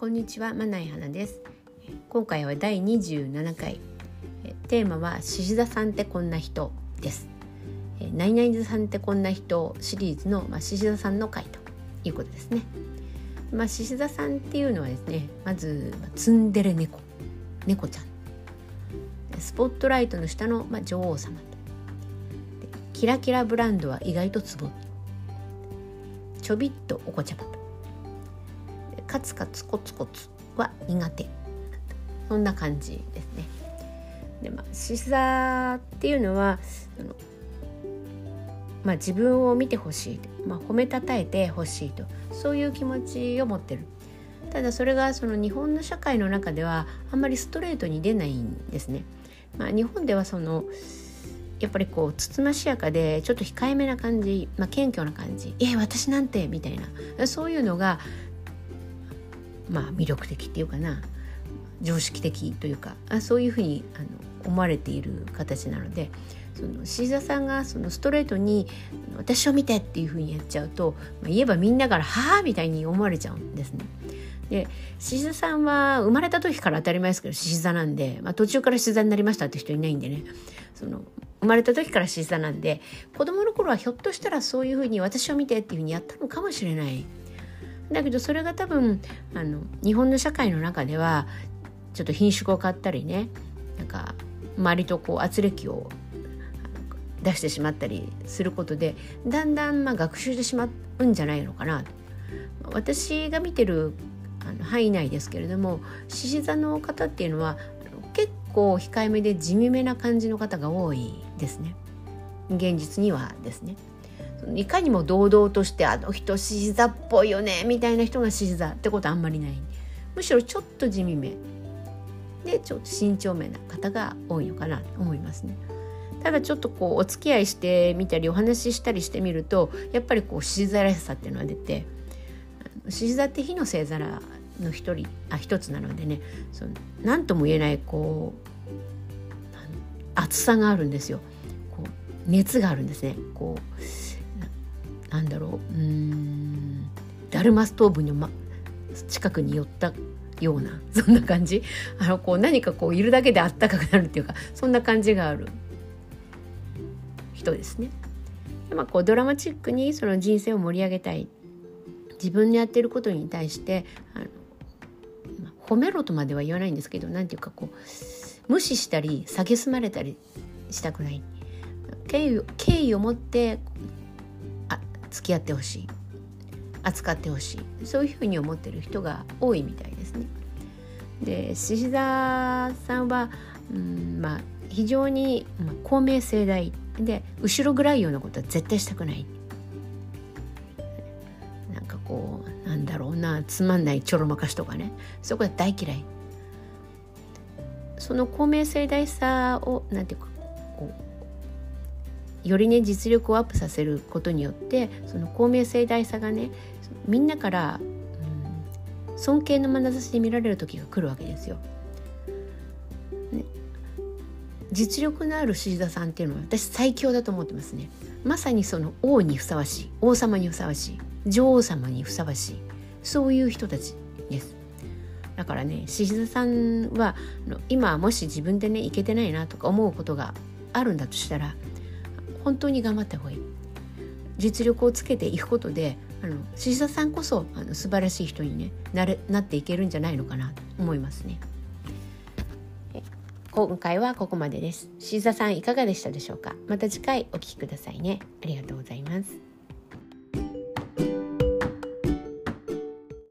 こんにちは、まないはなです。今回は第27回、テーマは獅子座さんってこんな人です。何々座さんってこんな人シリーズの、獅子座さんの回ということですね。獅子座さんっていうのはですね、まずツンデレ猫ちゃん、スポットライトの下の、女王様と、キラキラブランドは意外とツボ、ちょびっとおこちゃまと、カツカツコツコツは苦手、そんな感じですね。で、獅子座っていうのは自分を見てほしい、褒めたたえてほしいと、そういう気持ちを持ってる。ただそれがその日本の社会の中ではあんまりストレートに出ないんですね。日本ではやっぱりつつましやかでちょっと控えめな感じ、謙虚な感じ、私なんてみたいな、そういうのが魅力的っていうかな、常識的というか、そういうふうに思われている形なので、獅子座さんがストレートに私を見てっていうふうにやっちゃうと、言えばみんなからはぁみたいに思われちゃうんですね。で、獅子座さんは生まれた時から当たり前ですけど獅子座なんで、途中から獅子座になりましたって人いないんでね、生まれた時から獅子座なんで、子供の頃はひょっとしたらそういうふうに私を見てっていうふうにやったのかもしれない。だけどそれが多分日本の社会の中ではちょっと品種を買ったりね、周りと圧力を出してしまったりすることで、だんだん学習してしまうんじゃないのかな。私が見てる範囲内ですけれども、獅子座の方っていうのは結構控えめで地味めな感じの方が多いですね。現実にはですね、いかにも堂々としてあの人獅子座っぽいよねみたいな人が獅子座ってことはあんまりない。むしろちょっと地味めでちょっと慎重めな方が多いのかなと思いますね。ただちょっとお付き合いしてみたりお話ししたりしてみると、やっぱり獅子座らしさっていうのが出て、獅子座って火の星座の一つなのでね、何とも言えない熱さがあるんですよ。熱があるんですね。ダルマストーブの、近くに寄ったような、そんな感じ。何かいるだけであったかくなるっていうか、そんな感じがある人ですね。で、ドラマチックにその人生を盛り上げたい、自分のやってることに対して褒めろとまでは言わないんですけど、なんていうか無視したり蔑まれたりしたくない、敬意を持って付き合ってほしい、扱ってほしい、そういうふうに思ってる人が多いみたいですね。で、獅子座さんは、非常に公明正大で、後ろ暗いようなことは絶対したくない。つまんないちょろまかしとかね、そこは大嫌い。その公明正大さをよりね、実力をアップさせることによって、その公明正大さがね、みんなから、尊敬の眼差しで見られる時が来るわけですよ、ね。実力のある獅子座さんっていうのは私最強だと思ってますね。まさにその王にふさわしい、王様にふさわしい、女王様にふさわしい、そういう人たちです。だからね、獅子座さんは今もし自分でねいけてないなとか思うことがあるんだとしたら、本当に頑張った方がいい。実力をつけていくことで獅子座さんこそ素晴らしい人に、ね、なっていけるんじゃないのかなと思いますね。今回はここまでです。獅子座さんいかがでしたでしょうか。また次回お聞きくださいね。ありがとうございます。